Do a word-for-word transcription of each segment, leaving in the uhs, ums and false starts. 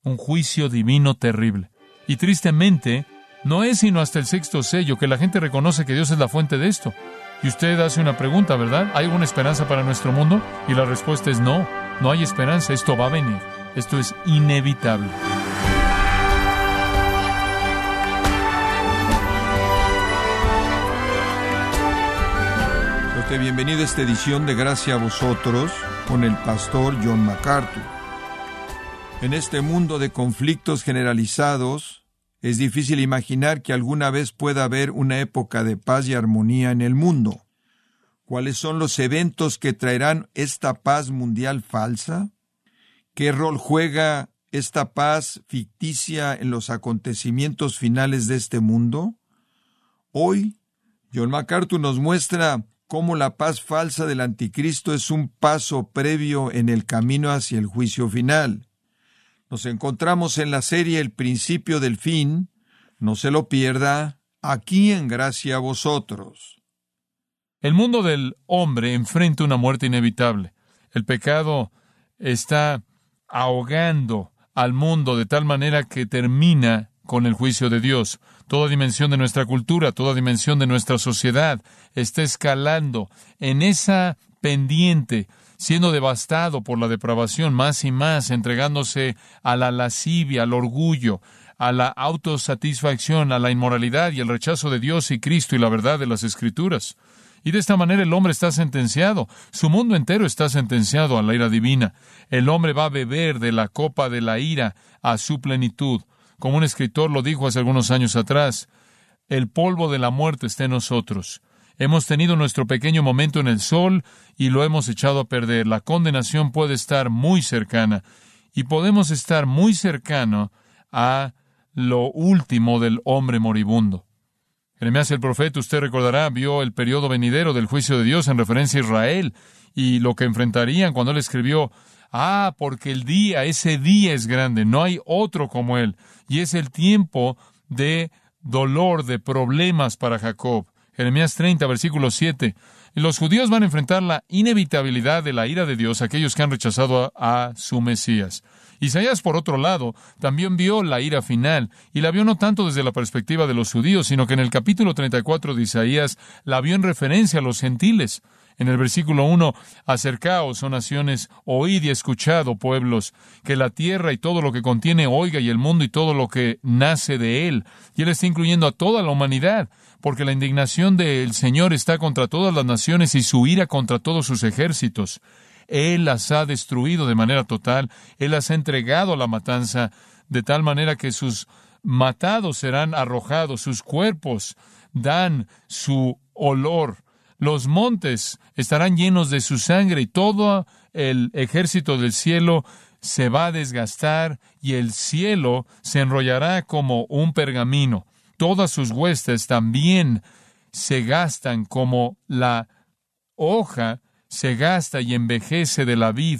un juicio divino terrible. Y tristemente, no es sino hasta el sexto sello que la gente reconoce que Dios es la fuente de esto. Y usted hace una pregunta, ¿verdad? ¿Hay alguna esperanza para nuestro mundo? Y la respuesta es no, no hay esperanza, esto va a venir. Esto es inevitable. Bienvenido a esta edición de Gracia a Vosotros con el pastor John MacArthur. En este mundo de conflictos generalizados, es difícil imaginar que alguna vez pueda haber una época de paz y armonía en el mundo. ¿Cuáles son los eventos que traerán esta paz mundial falsa? ¿Qué rol juega esta paz ficticia en los acontecimientos finales de este mundo? Hoy, John MacArthur nos muestra cómo la paz falsa del anticristo es un paso previo en el camino hacia el juicio final. Nos encontramos en la serie El principio del fin. No se lo pierda, aquí en Gracia a Vosotros. El mundo del hombre enfrenta una muerte inevitable. El pecado está ahogando al mundo de tal manera que termina con el juicio de Dios. Toda dimensión de nuestra cultura, toda dimensión de nuestra sociedad está escalando en esa pendiente, siendo devastado por la depravación más y más, entregándose a la lascivia, al orgullo, a la autosatisfacción, a la inmoralidad y el rechazo de Dios y Cristo y la verdad de las Escrituras. Y de esta manera el hombre está sentenciado. Su mundo entero está sentenciado a la ira divina. El hombre va a beber de la copa de la ira a su plenitud. Como un escritor lo dijo hace algunos años atrás, el polvo de la muerte está en nosotros. Hemos tenido nuestro pequeño momento en el sol y lo hemos echado a perder. La condenación puede estar muy cercana y podemos estar muy cercano a lo último del hombre moribundo. Jeremías el profeta, usted recordará, vio el periodo venidero del juicio de Dios en referencia a Israel y lo que enfrentarían cuando él escribió: Ah, porque el día, ese día es grande, no hay otro como él. Y es el tiempo de dolor, de problemas para Jacob. Jeremías treinta, versículo siete. Y los judíos van a enfrentar la inevitabilidad de la ira de Dios, aquellos que han rechazado a, a su Mesías. Isaías, por otro lado, también vio la ira final, y la vio no tanto desde la perspectiva de los judíos, sino que en el capítulo treinta y cuatro de Isaías la vio en referencia a los gentiles. En el versículo uno, acercaos, oh naciones, oíd y escuchad, oh pueblos, que la tierra y todo lo que contiene oiga, y el mundo y todo lo que nace de él. Y él está incluyendo a toda la humanidad, porque la indignación del Señor está contra todas las naciones y su ira contra todos sus ejércitos. Él las ha destruido de manera total, Él las ha entregado a la matanza, de tal manera que sus matados serán arrojados, sus cuerpos dan su olor. Los montes estarán llenos de su sangre y todo el ejército del cielo se va a desgastar y el cielo se enrollará como un pergamino. Todas sus huestes también se gastan como la hoja se gasta y envejece de la vid,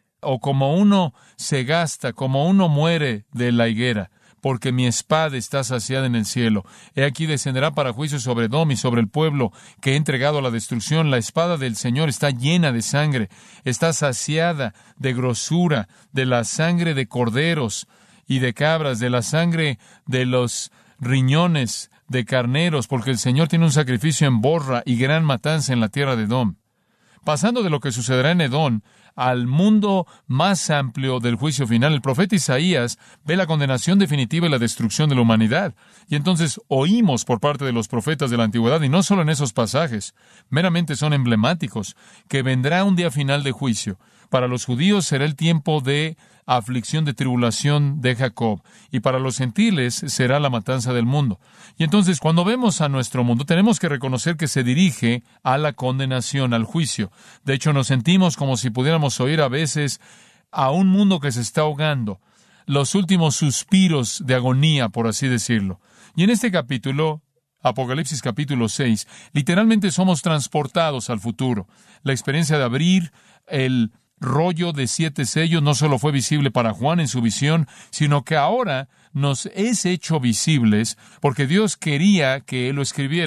o como uno se gasta, como uno muere de la higuera. Porque mi espada está saciada en el cielo. He aquí descenderá para juicio sobre Edom y sobre el pueblo que he entregado a la destrucción. La espada del Señor está llena de sangre, está saciada de grosura, de la sangre de corderos y de cabras, de la sangre de los riñones de carneros, porque el Señor tiene un sacrificio en Borra y gran matanza en la tierra de Edom. Pasando de lo que sucederá en Edom al mundo más amplio del juicio final, el profeta Isaías ve la condenación definitiva y la destrucción de la humanidad. Y entonces oímos por parte de los profetas de la antigüedad, y no solo en esos pasajes, meramente son emblemáticos, que vendrá un día final de juicio. Para los judíos será el tiempo de aflicción, de tribulación de Jacob, y para los gentiles será la matanza del mundo. Y entonces, cuando vemos a nuestro mundo, tenemos que reconocer que se dirige a la condenación, al juicio. De hecho, nos sentimos como si pudiéramos oír a veces a un mundo que se está ahogando, los últimos suspiros de agonía, por así decirlo. Y en este capítulo, Apocalipsis capítulo seis, literalmente somos transportados al futuro. La experiencia de abrir el rollo de siete sellos no solo fue visible para Juan en su visión, sino que ahora nos es hecho visibles porque Dios quería que Él lo escribiera.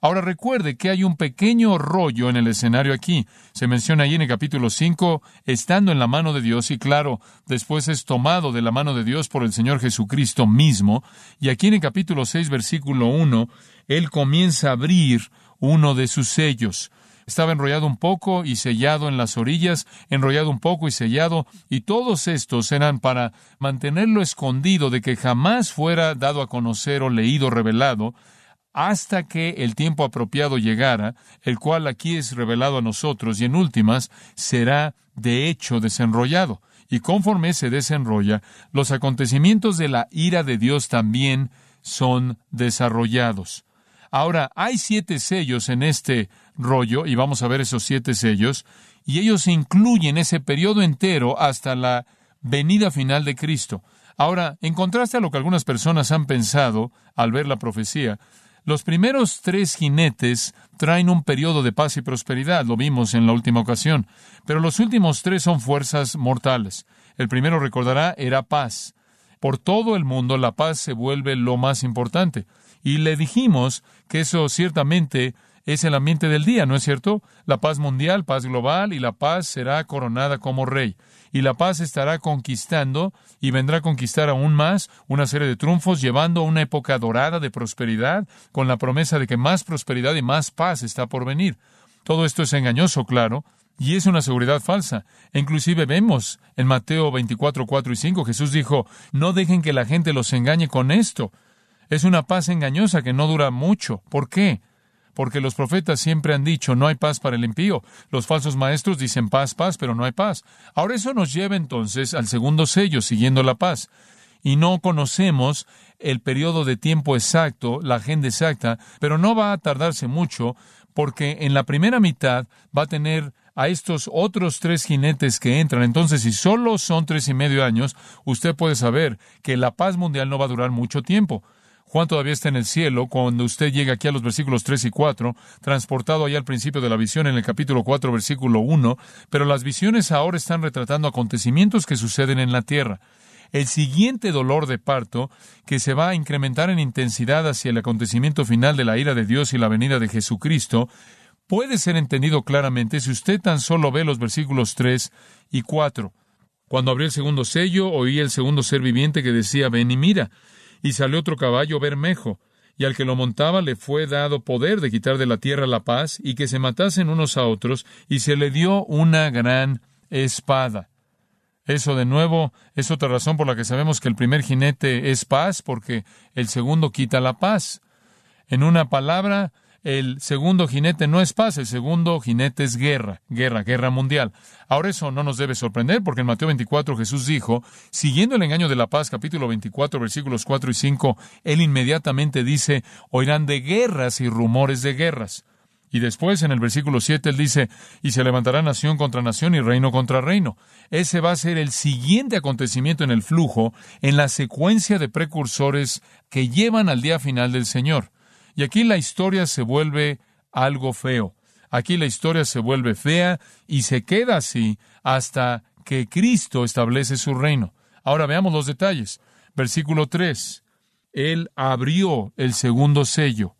Ahora recuerde que hay un pequeño rollo en el escenario aquí. Se menciona ahí en el capítulo cinco, estando en la mano de Dios, y claro, después es tomado de la mano de Dios por el Señor Jesucristo mismo. Y aquí en el capítulo seis, versículo uno, Él comienza a abrir uno de sus sellos. Estaba enrollado un poco y sellado en las orillas, enrollado un poco y sellado, y todos estos eran para mantenerlo escondido de que jamás fuera dado a conocer o leído o revelado, hasta que el tiempo apropiado llegara, el cual aquí es revelado a nosotros, y en últimas será de hecho desenrollado. Y conforme se desenrolla, los acontecimientos de la ira de Dios también son desarrollados. Ahora, hay siete sellos en este rollo, y vamos a ver esos siete sellos, y ellos incluyen ese periodo entero hasta la venida final de Cristo. Ahora, en contraste a lo que algunas personas han pensado al ver la profecía, los primeros tres jinetes traen un periodo de paz y prosperidad, lo vimos en la última ocasión, pero los últimos tres son fuerzas mortales. El primero, recordará, era paz. Por todo el mundo la paz se vuelve lo más importante. Y le dijimos que eso ciertamente es el ambiente del día, ¿no es cierto? La paz mundial, paz global, y la paz será coronada como rey. Y la paz estará conquistando y vendrá a conquistar aún más una serie de triunfos, llevando a una época dorada de prosperidad, con la promesa de que más prosperidad y más paz está por venir. Todo esto es engañoso, claro, y es una seguridad falsa. E inclusive vemos en Mateo veinticuatro, cuatro y cinco, Jesús dijo, no dejen que la gente los engañe con esto. Es una paz engañosa que no dura mucho. ¿Por qué? Porque los profetas siempre han dicho, no hay paz para el impío. Los falsos maestros dicen paz, paz, pero no hay paz. Ahora eso nos lleva entonces al segundo sello, siguiendo la paz. Y no conocemos el periodo de tiempo exacto, la agenda exacta, pero no va a tardarse mucho, porque en la primera mitad va a tener a estos otros tres jinetes que entran. Entonces, si solo son tres y medio años, usted puede saber que la paz mundial no va a durar mucho tiempo. Juan todavía está en el cielo cuando usted llega aquí a los versículos tres y cuatro, transportado allá al principio de la visión en el capítulo cuatro, versículo uno, pero las visiones ahora están retratando acontecimientos que suceden en la tierra. El siguiente dolor de parto, que se va a incrementar en intensidad hacia el acontecimiento final de la ira de Dios y la venida de Jesucristo, puede ser entendido claramente si usted tan solo ve los versículos tres y cuatro. Cuando abrió el segundo sello, oí el segundo ser viviente que decía, ven y mira. Y salió otro caballo bermejo, y al que lo montaba le fue dado poder de quitar de la tierra la paz, y que se matasen unos a otros, y se le dio una gran espada. Eso, de nuevo, es otra razón por la que sabemos que el primer jinete es paz, porque el segundo quita la paz. En una palabra, el segundo jinete no es paz, el segundo jinete es guerra, guerra, guerra mundial. Ahora eso no nos debe sorprender, porque en Mateo veinticuatro Jesús dijo, siguiendo el engaño de la paz, capítulo veinticuatro, versículos cuatro y cinco, Él inmediatamente dice, oirán de guerras y rumores de guerras. Y después, en el versículo siete, Él dice, y se levantará nación contra nación y reino contra reino. Ese va a ser el siguiente acontecimiento en el flujo, en la secuencia de precursores que llevan al día final del Señor. Y aquí la historia se vuelve algo feo. Aquí la historia se vuelve fea y se queda así hasta que Cristo establece su reino. Ahora veamos los detalles. Versículo tres. Él abrió el segundo sello.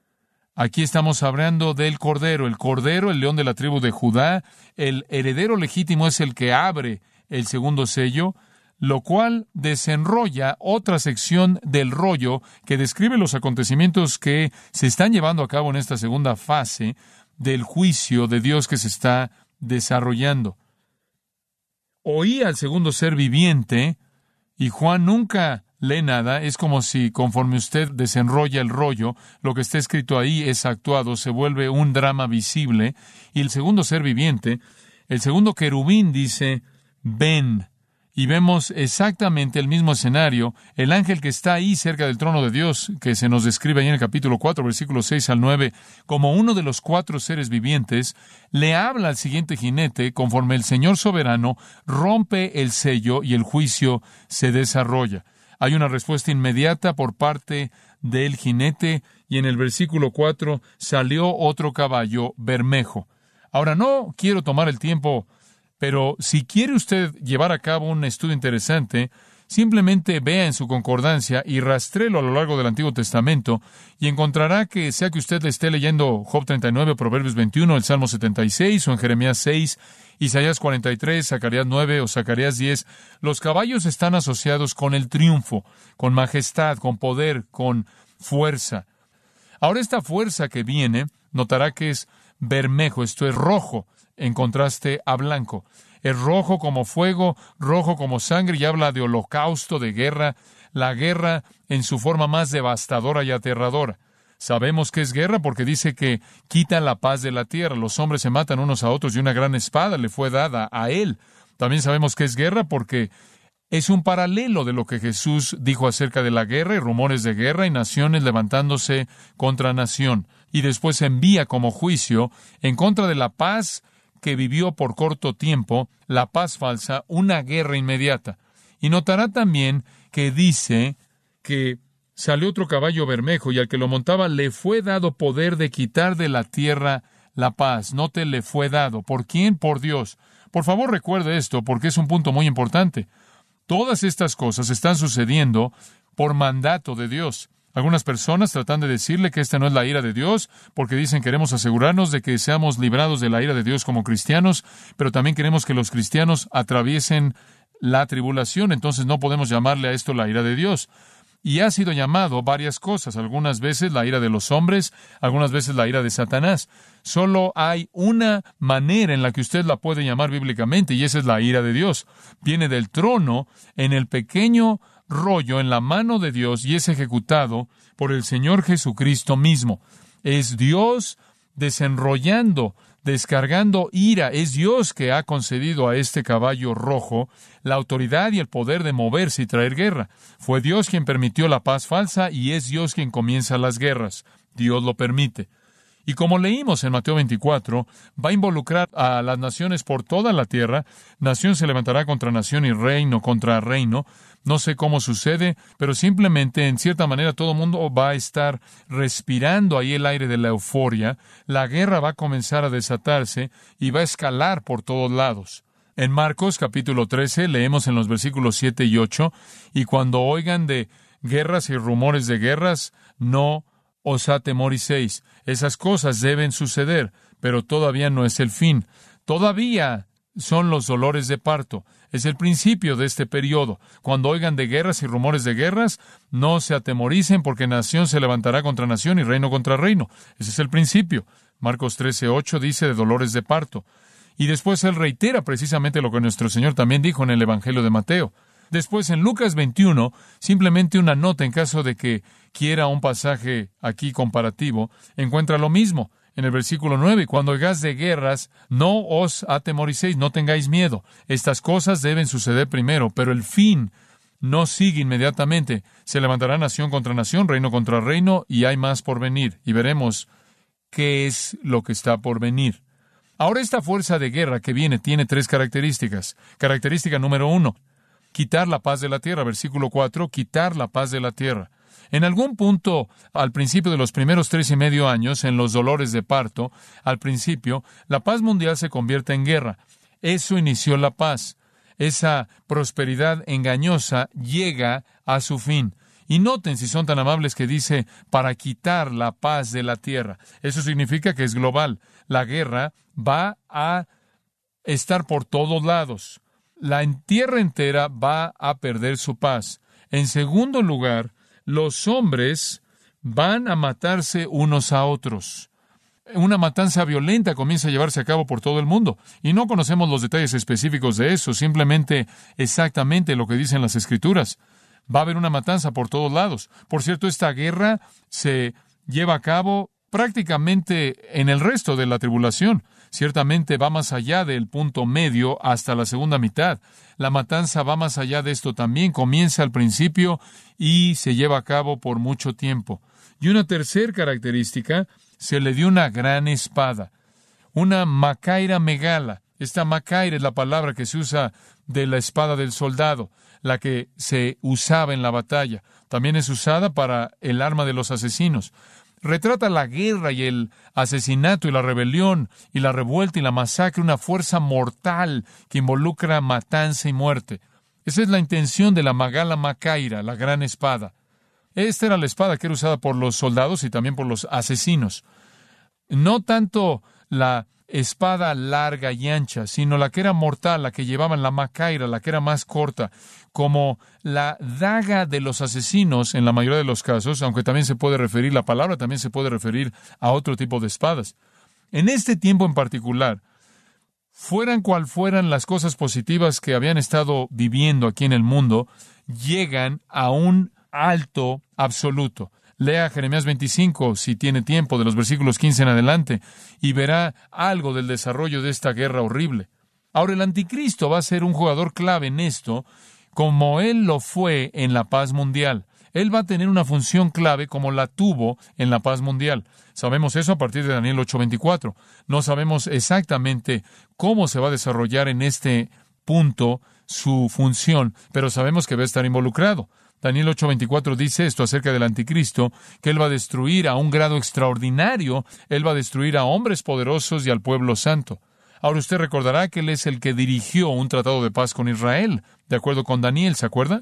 Aquí estamos hablando del Cordero. El Cordero, el león de la tribu de Judá, el heredero legítimo es el que abre el segundo sello, lo cual desenrolla otra sección del rollo que describe los acontecimientos que se están llevando a cabo en esta segunda fase del juicio de Dios que se está desarrollando. Oí al segundo ser viviente, y Juan nunca lee nada. Es como si, conforme usted desenrolla el rollo, lo que está escrito ahí es actuado, se vuelve un drama visible. Y el segundo ser viviente, el segundo querubín dice, ven. Y vemos exactamente el mismo escenario. El ángel que está ahí cerca del trono de Dios, que se nos describe ahí en el capítulo cuatro, versículos seis al nueve, como uno de los cuatro seres vivientes, le habla al siguiente jinete conforme el Señor soberano rompe el sello y el juicio se desarrolla. Hay una respuesta inmediata por parte del jinete, y en el versículo cuatro salió otro caballo bermejo. Ahora, no quiero tomar el tiempo, pero si quiere usted llevar a cabo un estudio interesante, Simplemente vea en su concordancia y rastréelo a lo largo del Antiguo Testamento y encontrará que, sea que usted le esté leyendo Job treinta y nueve, Proverbios veintiuno, el Salmo setenta y seis, o en Jeremías seis, Isaías cuarenta y tres, Zacarías nueve o Zacarías diez, los caballos están asociados con el triunfo, con majestad, con poder, con fuerza. Ahora, esta fuerza que viene, notará que es bermejo, esto es rojo, en contraste a blanco. Es rojo como fuego, rojo como sangre, y habla de holocausto, de guerra, la guerra en su forma más devastadora y aterradora. Sabemos que es guerra porque dice que quita la paz de la tierra. Los hombres se matan unos a otros y una gran espada le fue dada a él. También sabemos que es guerra porque es un paralelo de lo que Jesús dijo acerca de la guerra y rumores de guerra y naciones levantándose contra nación. Y después envía como juicio en contra de la paz que vivió por corto tiempo, la paz falsa, una guerra inmediata. Y notará también que dice que salió otro caballo bermejo y al que lo montaba le fue dado poder de quitar de la tierra la paz. Note, le fue dado. ¿Por quién? Por Dios. Por favor, recuerde esto porque es un punto muy importante. Todas estas cosas están sucediendo por mandato de Dios. Algunas personas tratan de decirle que esta no es la ira de Dios, porque dicen queremos asegurarnos de que seamos librados de la ira de Dios como cristianos, pero también queremos que los cristianos atraviesen la tribulación, entonces no podemos llamarle a esto la ira de Dios. Y ha sido llamado varias cosas, algunas veces la ira de los hombres, algunas veces la ira de Satanás. Solo hay una manera en la que usted la puede llamar bíblicamente, y esa es la ira de Dios. Viene del trono en el pequeño rollo en la mano de Dios y es ejecutado por el Señor Jesucristo mismo. Es Dios desenrollando, descargando ira. Es Dios que ha concedido a este caballo rojo la autoridad y el poder de moverse y traer guerra. Fue Dios quien permitió la paz falsa y es Dios quien comienza las guerras. Dios lo permite. Y como leímos en Mateo veinticuatro, va a involucrar a las naciones por toda la tierra. Nación se levantará contra nación y reino contra reino. No sé cómo sucede, pero simplemente, en cierta manera, todo el mundo va a estar respirando ahí el aire de la euforia. La guerra va a comenzar a desatarse y va a escalar por todos lados. En Marcos capítulo trece leemos en los versículos siete y ocho, y cuando oigan de guerras y rumores de guerras, no os atemoricéis. Esas cosas deben suceder, pero todavía no es el fin. Todavía son los dolores de parto. Es el principio de este periodo. Cuando oigan de guerras y rumores de guerras, no se atemoricen porque nación se levantará contra nación y reino contra reino. Ese es el principio. Marcos trece ocho dice de dolores de parto. Y después él reitera precisamente lo que nuestro Señor también dijo en el Evangelio de Mateo. Después, en Lucas veintiuno, simplemente una nota en caso de que quiera un pasaje aquí comparativo, encuentra lo mismo. En el versículo nueve, cuando oigáis de guerras, no os atemoricéis, no tengáis miedo. Estas cosas deben suceder primero, pero el fin no sigue inmediatamente. Se levantará nación contra nación, reino contra reino, y hay más por venir. Y veremos qué es lo que está por venir. Ahora, esta fuerza de guerra que viene tiene tres características. Característica número uno, quitar la paz de la tierra. Versículo cuatro, quitar la paz de la tierra. En algún punto, al principio de los primeros tres y medio años, en los dolores de parto, al principio, la paz mundial se convierte en guerra. Eso inició la paz. Esa prosperidad engañosa llega a su fin. Y noten, si son tan amables, que dice, para quitar la paz de la tierra. Eso significa que es global. La guerra va a estar por todos lados. La tierra entera va a perder su paz. En segundo lugar, los hombres van a matarse unos a otros. Una matanza violenta comienza a llevarse a cabo por todo el mundo. Y no conocemos los detalles específicos de eso, simplemente exactamente lo que dicen las Escrituras. Va a haber una matanza por todos lados. Por cierto, esta guerra se lleva a cabo prácticamente en el resto de la tribulación. Ciertamente va más allá del punto medio hasta la segunda mitad. La matanza va más allá de esto también. Comienza al principio y se lleva a cabo por mucho tiempo. Y una tercera característica, se le dio una gran espada, una macaira megala. Esta macaira es la palabra que se usa de la espada del soldado, la que se usaba en la batalla. También es usada para el arma de los asesinos. Retrata la guerra y el asesinato y la rebelión y la revuelta y la masacre, una fuerza mortal que involucra matanza y muerte. Esa es la intención de la Magala Macaira, la gran espada. Esta era la espada que era usada por los soldados y también por los asesinos. No tanto la espada larga y ancha, sino la que era mortal, la que llevaban la Macaira, la que era más corta, como la daga de los asesinos en la mayoría de los casos, aunque también se puede referir, la palabra también se puede referir a otro tipo de espadas. En este tiempo en particular, fueran cual fueran las cosas positivas que habían estado viviendo aquí en el mundo, llegan a un alto absoluto. Lea Jeremías veinticinco, si tiene tiempo, de los versículos quince en adelante, y verá algo del desarrollo de esta guerra horrible. Ahora, el anticristo va a ser un jugador clave en esto, como él lo fue en la paz mundial. Él va a tener una función clave como la tuvo en la paz mundial. Sabemos eso a partir de Daniel ocho veinticuatro. No sabemos exactamente cómo se va a desarrollar en este punto su función, pero sabemos que va a estar involucrado. Daniel ocho veinticuatro dice esto acerca del anticristo, que él va a destruir a un grado extraordinario, él va a destruir a hombres poderosos y al pueblo santo. Ahora usted recordará que él es el que dirigió un tratado de paz con Israel, de acuerdo con Daniel, ¿se acuerda?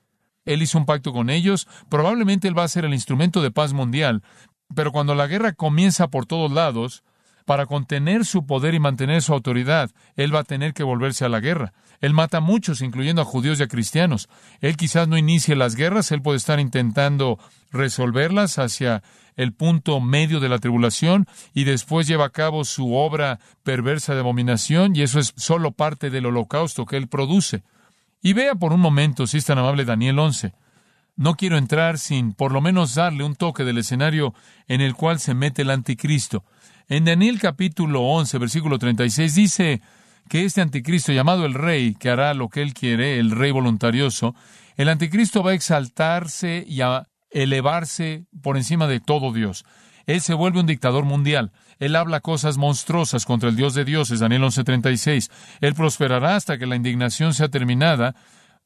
Él hizo un pacto con ellos, probablemente él va a ser el instrumento de paz mundial, pero cuando la guerra comienza por todos lados, para contener su poder y mantener su autoridad, él va a tener que volverse a la guerra. Él mata a muchos, incluyendo a judíos y a cristianos. Él quizás no inicie las guerras, él puede estar intentando resolverlas hacia el punto medio de la tribulación y después lleva a cabo su obra perversa de abominación, y eso es solo parte del holocausto que él produce. Y vea por un momento, si es tan amable, Daniel once. No quiero entrar sin por lo menos darle un toque del escenario en el cual se mete el anticristo. En Daniel capítulo once, versículo treinta y seis, dice que este anticristo, llamado el rey, que hará lo que él quiere, el rey voluntarioso, el anticristo va a exaltarse y a elevarse por encima de todo Dios. Él se vuelve un dictador mundial. Él habla cosas monstruosas contra el Dios de dioses, Daniel once treinta y seis. Él prosperará hasta que la indignación sea terminada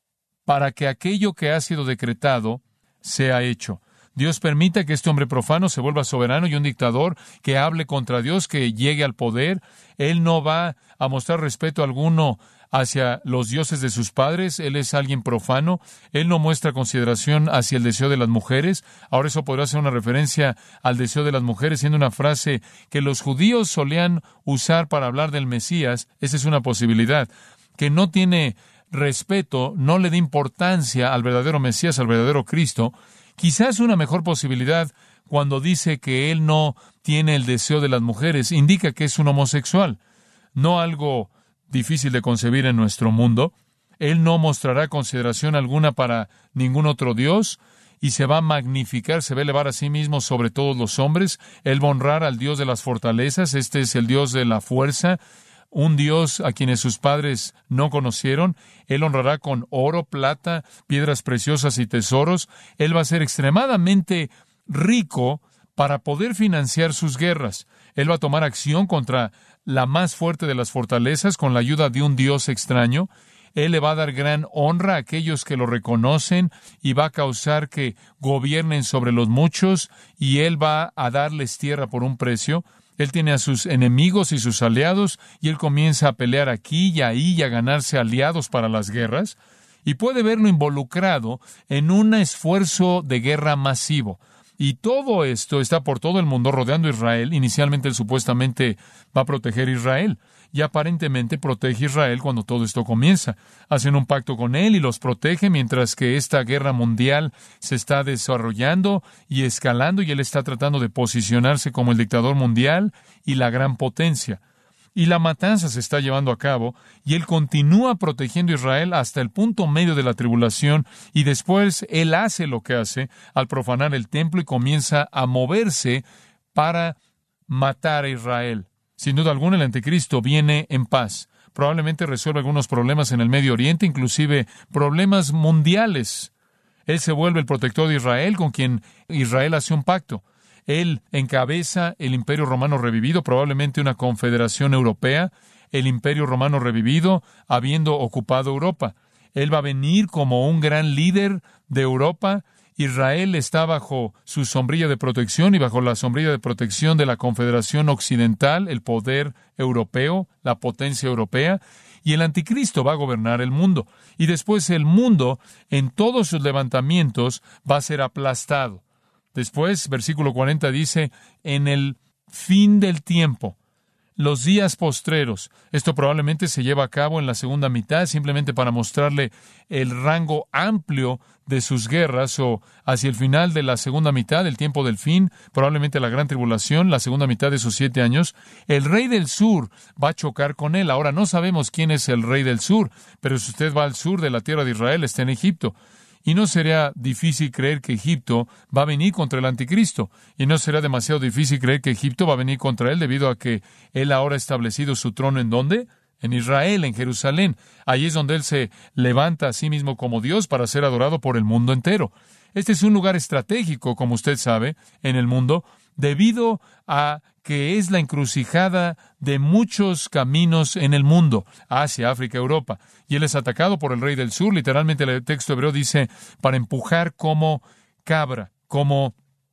para que aquello que ha sido decretado sea hecho. Dios permita que este hombre profano se vuelva soberano y un dictador que hable contra Dios, que llegue al poder. Él no va a mostrar respeto alguno hacia los dioses de sus padres. Él es alguien profano. Él no muestra consideración hacia el deseo de las mujeres. Ahora eso podrá ser una referencia al deseo de las mujeres, siendo una frase que los judíos solían usar para hablar del Mesías. Esa es una posibilidad. Que no tiene respeto, no le da importancia al verdadero Mesías, al verdadero Cristo. Quizás una mejor posibilidad cuando dice que él no tiene el deseo de las mujeres, indica que es un homosexual. No algo difícil de concebir en nuestro mundo. Él no mostrará consideración alguna para ningún otro Dios y se va a magnificar, se va a elevar a sí mismo sobre todos los hombres. Él va a honrar al Dios de las fortalezas. Este es el Dios de la fuerza, un Dios a quienes sus padres no conocieron. Él honrará con oro, plata, piedras preciosas y tesoros. Él va a ser extremadamente rico para poder financiar sus guerras. Él va a tomar acción contra la más fuerte de las fortalezas con la ayuda de un Dios extraño. Él le va a dar gran honra a aquellos que lo reconocen y va a causar que gobiernen sobre los muchos, y él va a darles tierra por un precio. Él tiene a sus enemigos y sus aliados, y él comienza a pelear aquí y ahí y a ganarse aliados para las guerras, y puede verlo involucrado en un esfuerzo de guerra masivo. Y todo esto está por todo el mundo rodeando a Israel. Inicialmente él supuestamente va a proteger a Israel, y aparentemente protege a Israel cuando todo esto comienza. Hacen un pacto con él y los protege mientras que esta guerra mundial se está desarrollando y escalando, y él está tratando de posicionarse como el dictador mundial y la gran potencia. Y la matanza se está llevando a cabo, y él continúa protegiendo a Israel hasta el punto medio de la tribulación, y después él hace lo que hace al profanar el templo y comienza a moverse para matar a Israel. Sin duda alguna, el anticristo viene en paz. Probablemente resuelve algunos problemas en el Medio Oriente, inclusive problemas mundiales. Él se vuelve el protector de Israel, con quien Israel hace un pacto. Él encabeza el Imperio Romano revivido, probablemente una confederación europea, el Imperio Romano revivido, habiendo ocupado Europa. Él va a venir como un gran líder de Europa. Israel está bajo su sombrilla de protección y bajo la sombrilla de protección de la Confederación Occidental, el poder europeo, la potencia europea. y el anticristo va a gobernar el mundo. Y después el mundo, en todos sus levantamientos, va a ser aplastado. Después, versículo cuarenta dice, en el fin del tiempo, los días postreros. Esto probablemente se lleva a cabo en la segunda mitad, simplemente para mostrarle el rango amplio de sus guerras, o hacia el final de la segunda mitad, el tiempo del fin, probablemente la gran tribulación, la segunda mitad de sus siete años. El rey del sur va a chocar con él. Ahora, no sabemos quién es el rey del sur, pero si usted va al sur de la tierra de Israel, está en Egipto. Y no sería difícil creer que Egipto va a venir contra el anticristo. Y no será demasiado difícil creer que Egipto va a venir contra él debido a que él ahora ha establecido su trono ¿en dónde? En Israel, en Jerusalén. Allí es donde él se levanta a sí mismo como Dios para ser adorado por el mundo entero. Este es un lugar estratégico, como usted sabe, en el mundo, debido a que es la encrucijada de muchos caminos en el mundo, Asia, África, Europa. Y él es atacado por el rey del sur. Literalmente el texto hebreo dice, para empujar como cabra, como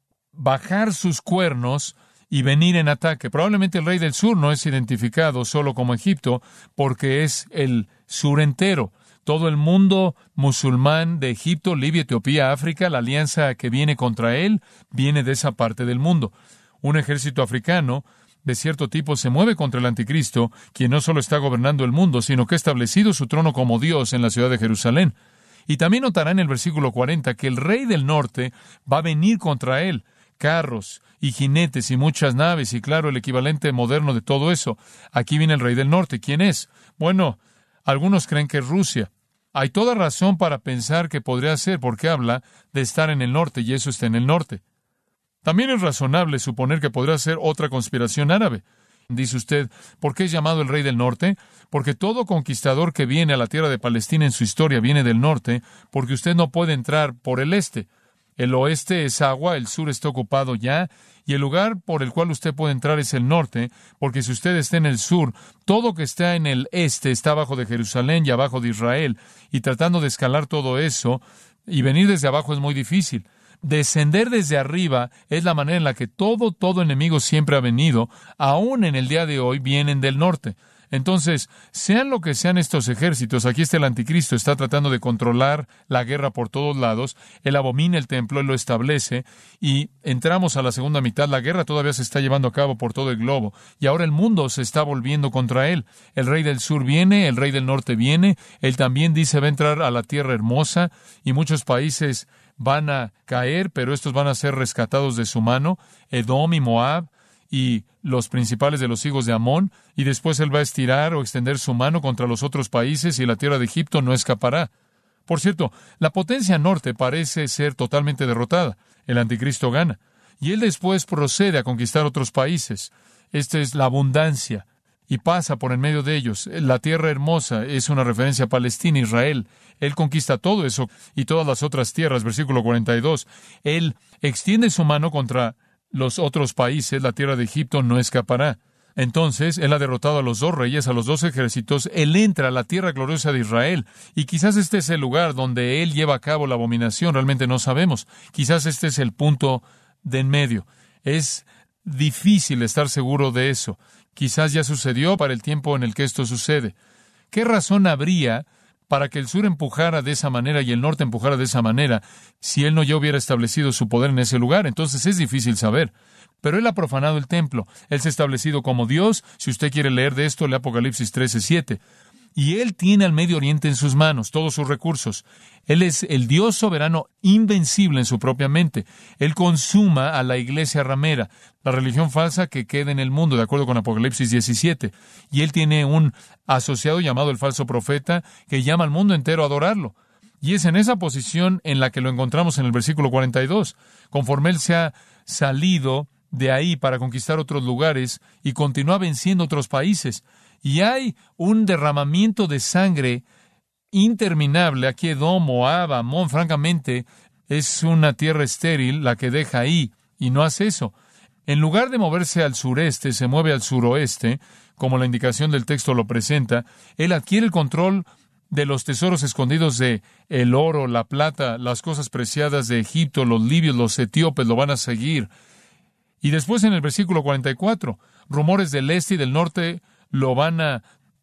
bajar sus cuernos y venir en ataque. Probablemente el rey del sur no es identificado solo como Egipto, porque es el sur entero. Todo el mundo musulmán de Egipto, Libia, Etiopía, África, la alianza que viene contra él, viene de esa parte del mundo. Un ejército africano de cierto tipo se mueve contra el anticristo, quien no solo está gobernando el mundo, sino que ha establecido su trono como Dios en la ciudad de Jerusalén. Y también notará en el versículo cuarenta que el rey del norte va a venir contra él, carros y jinetes y muchas naves, y claro, el equivalente moderno de todo eso. Aquí viene el rey del norte. ¿Quién es? Bueno, algunos creen que es Rusia. Hay toda razón para pensar que podría ser, porque habla de estar en el norte, y eso está en el norte. También es razonable suponer que podría ser otra conspiración árabe. Dice usted, ¿por qué es llamado el rey del norte? Porque todo conquistador que viene a la tierra de Palestina en su historia viene del norte, porque usted no puede entrar por el este. El oeste es agua, el sur está ocupado ya, y el lugar por el cual usted puede entrar es el norte, porque si usted está en el sur, todo que está en el este está abajo de Jerusalén y abajo de Israel, y tratando de escalar todo eso, y venir desde abajo es muy difícil. Descender desde arriba es la manera en la que todo, todo enemigo siempre ha venido, aún en el día de hoy vienen del norte. Entonces, sean lo que sean estos ejércitos, aquí está el anticristo, está tratando de controlar la guerra por todos lados, él abomina el templo, él lo establece, y entramos a la segunda mitad, la guerra todavía se está llevando a cabo por todo el globo, y ahora el mundo se está volviendo contra él. El rey del sur viene, el rey del norte viene, él también dice va a entrar a la tierra hermosa, y muchos países van a caer, pero estos van a ser rescatados de su mano, Edom y Moab, y los principales de los hijos de Amón, y después él va a estirar o extender su mano contra los otros países, y la tierra de Egipto no escapará. Por cierto, la potencia norte parece ser totalmente derrotada. El anticristo gana, y él después procede a conquistar otros países. Esta es la abundancia, y pasa por en medio de ellos. La tierra hermosa es una referencia a Palestina, Israel. Él conquista todo eso y todas las otras tierras. Versículo cuarenta y dos. Él extiende su mano contra los otros países, la tierra de Egipto no escapará. Entonces, él ha derrotado a los dos reyes, a los dos ejércitos, él entra a la tierra gloriosa de Israel, y quizás este es el lugar donde él lleva a cabo la abominación, realmente no sabemos. Quizás este es el punto de en medio. Es difícil estar seguro de eso. Quizás ya sucedió para el tiempo en el que esto sucede. ¿Qué razón habría para que el sur empujara de esa manera y el norte empujara de esa manera si él no ya hubiera establecido su poder en ese lugar? Entonces es difícil saber. Pero él ha profanado el templo. Él se ha establecido como Dios. Si usted quiere leer de esto, lee Apocalipsis trece siete. Y él tiene al Medio Oriente en sus manos, todos sus recursos. Él es el Dios soberano invencible en su propia mente. Él consuma a la iglesia ramera, la religión falsa que queda en el mundo, de acuerdo con Apocalipsis diecisiete. Y él tiene un asociado llamado el falso profeta que llama al mundo entero a adorarlo. Y es en esa posición en la que lo encontramos en el versículo cuarenta y dos. Conforme él se ha salido de ahí para conquistar otros lugares y continúa venciendo otros países. Y hay un derramamiento de sangre interminable. Aquí Edom, Moab, Amón, francamente, es una tierra estéril la que deja ahí, y no hace eso. En lugar de moverse al sureste, se mueve al suroeste, como la indicación del texto lo presenta. Él adquiere el control de los tesoros escondidos de el oro, la plata, las cosas preciadas de Egipto. Los libios, los etíopes lo van a seguir. Y después en el versículo cuarenta y cuatro, rumores del este y del norte lo van a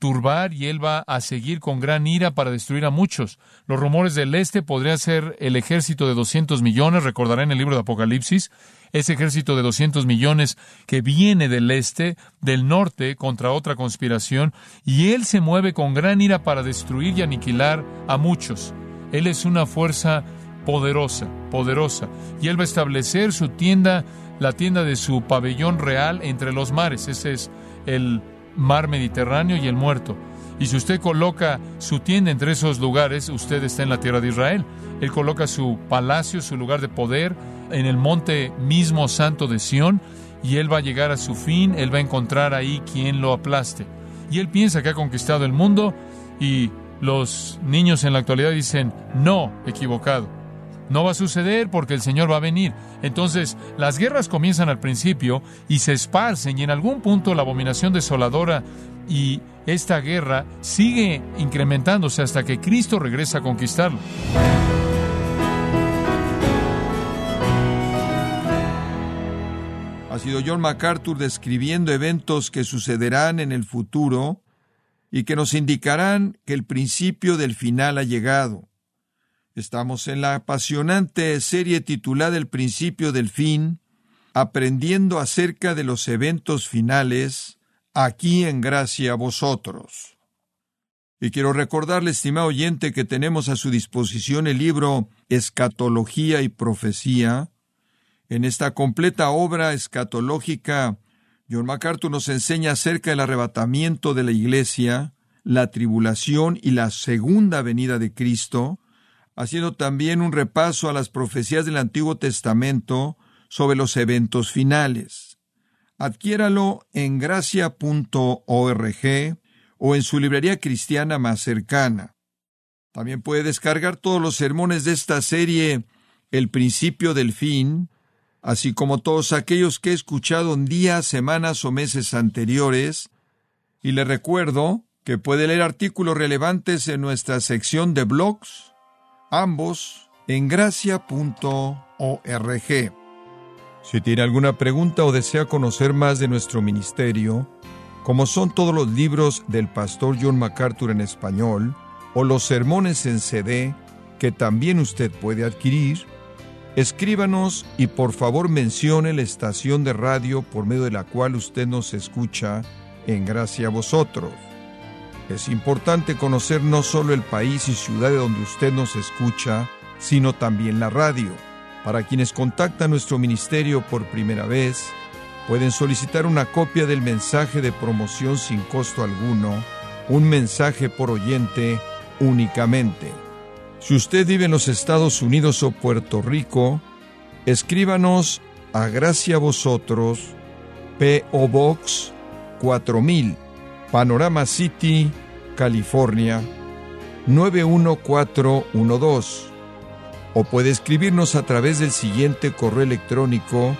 turbar y él va a seguir con gran ira para destruir a muchos. Los rumores del este podría ser el ejército de doscientos millones, recordará en el libro de Apocalipsis, ese ejército de doscientos millones que viene del este, del norte, contra otra conspiración, y él se mueve con gran ira para destruir y aniquilar a muchos. Él es una fuerza poderosa, poderosa, y él va a establecer su tienda, la tienda de su pabellón real entre los mares. Ese es el mar Mediterráneo y el Muerto. Y si usted coloca su tienda entre esos lugares, usted está en la tierra de Israel. Él coloca su palacio, su lugar de poder, en el monte mismo santo de Sión, y él va a llegar a su fin. Él va a encontrar ahí quien lo aplaste. Y él piensa que ha conquistado el mundo, y los niños en la actualidad dicen, no, equivocado. No va a suceder porque el Señor va a venir. Entonces, las guerras comienzan al principio y se esparcen, y en algún punto la abominación desoladora y esta guerra sigue incrementándose hasta que Cristo regresa a conquistarlo. Ha sido John MacArthur describiendo eventos que sucederán en el futuro y que nos indicarán que el principio del final ha llegado. Estamos en la apasionante serie titulada El principio del fin, aprendiendo acerca de los eventos finales, aquí en Gracia a Vosotros. Y quiero recordarle, estimado oyente, que tenemos a su disposición el libro Escatología y Profecía. En esta completa obra escatológica, John MacArthur nos enseña acerca del arrebatamiento de la Iglesia, la tribulación y la segunda venida de Cristo, haciendo también un repaso a las profecías del Antiguo Testamento sobre los eventos finales. Adquiéralo en gracia punto org o en su librería cristiana más cercana. También puede descargar todos los sermones de esta serie, El principio del fin, así como todos aquellos que he escuchado en días, semanas o meses anteriores, y le recuerdo que puede leer artículos relevantes en nuestra sección de blogs, ambos en gracia punto org. Si tiene alguna pregunta o desea conocer más de nuestro ministerio, como son todos los libros del pastor John MacArthur en español, o los sermones en C D, que también usted puede adquirir, escríbanos y por favor mencione la estación de radio por medio de la cual usted nos escucha en Gracia a Vosotros. Es importante conocer no solo el país y ciudad de donde usted nos escucha, sino también la radio. Para quienes contactan nuestro ministerio por primera vez, pueden solicitar una copia del mensaje de promoción sin costo alguno, un mensaje por oyente únicamente. Si usted vive en los Estados Unidos o Puerto Rico, escríbanos a Gracia a Vosotros, P O Box cuatro mil, Panorama City, California, nueve uno cuatro uno dos. O puede escribirnos a través del siguiente correo electrónico,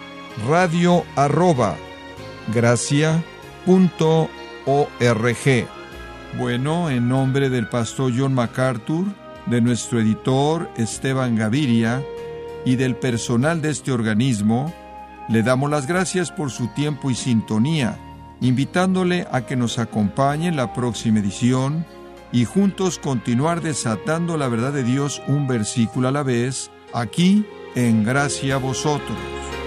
radio arroba gracia punto org. Bueno, en nombre del pastor John MacArthur, de nuestro editor Esteban Gaviria y del personal de este organismo, le damos las gracias por su tiempo y sintonía, invitándole a que nos acompañe en la próxima edición y juntos continuar desatando la verdad de Dios un versículo a la vez, aquí en Gracia a Vosotros.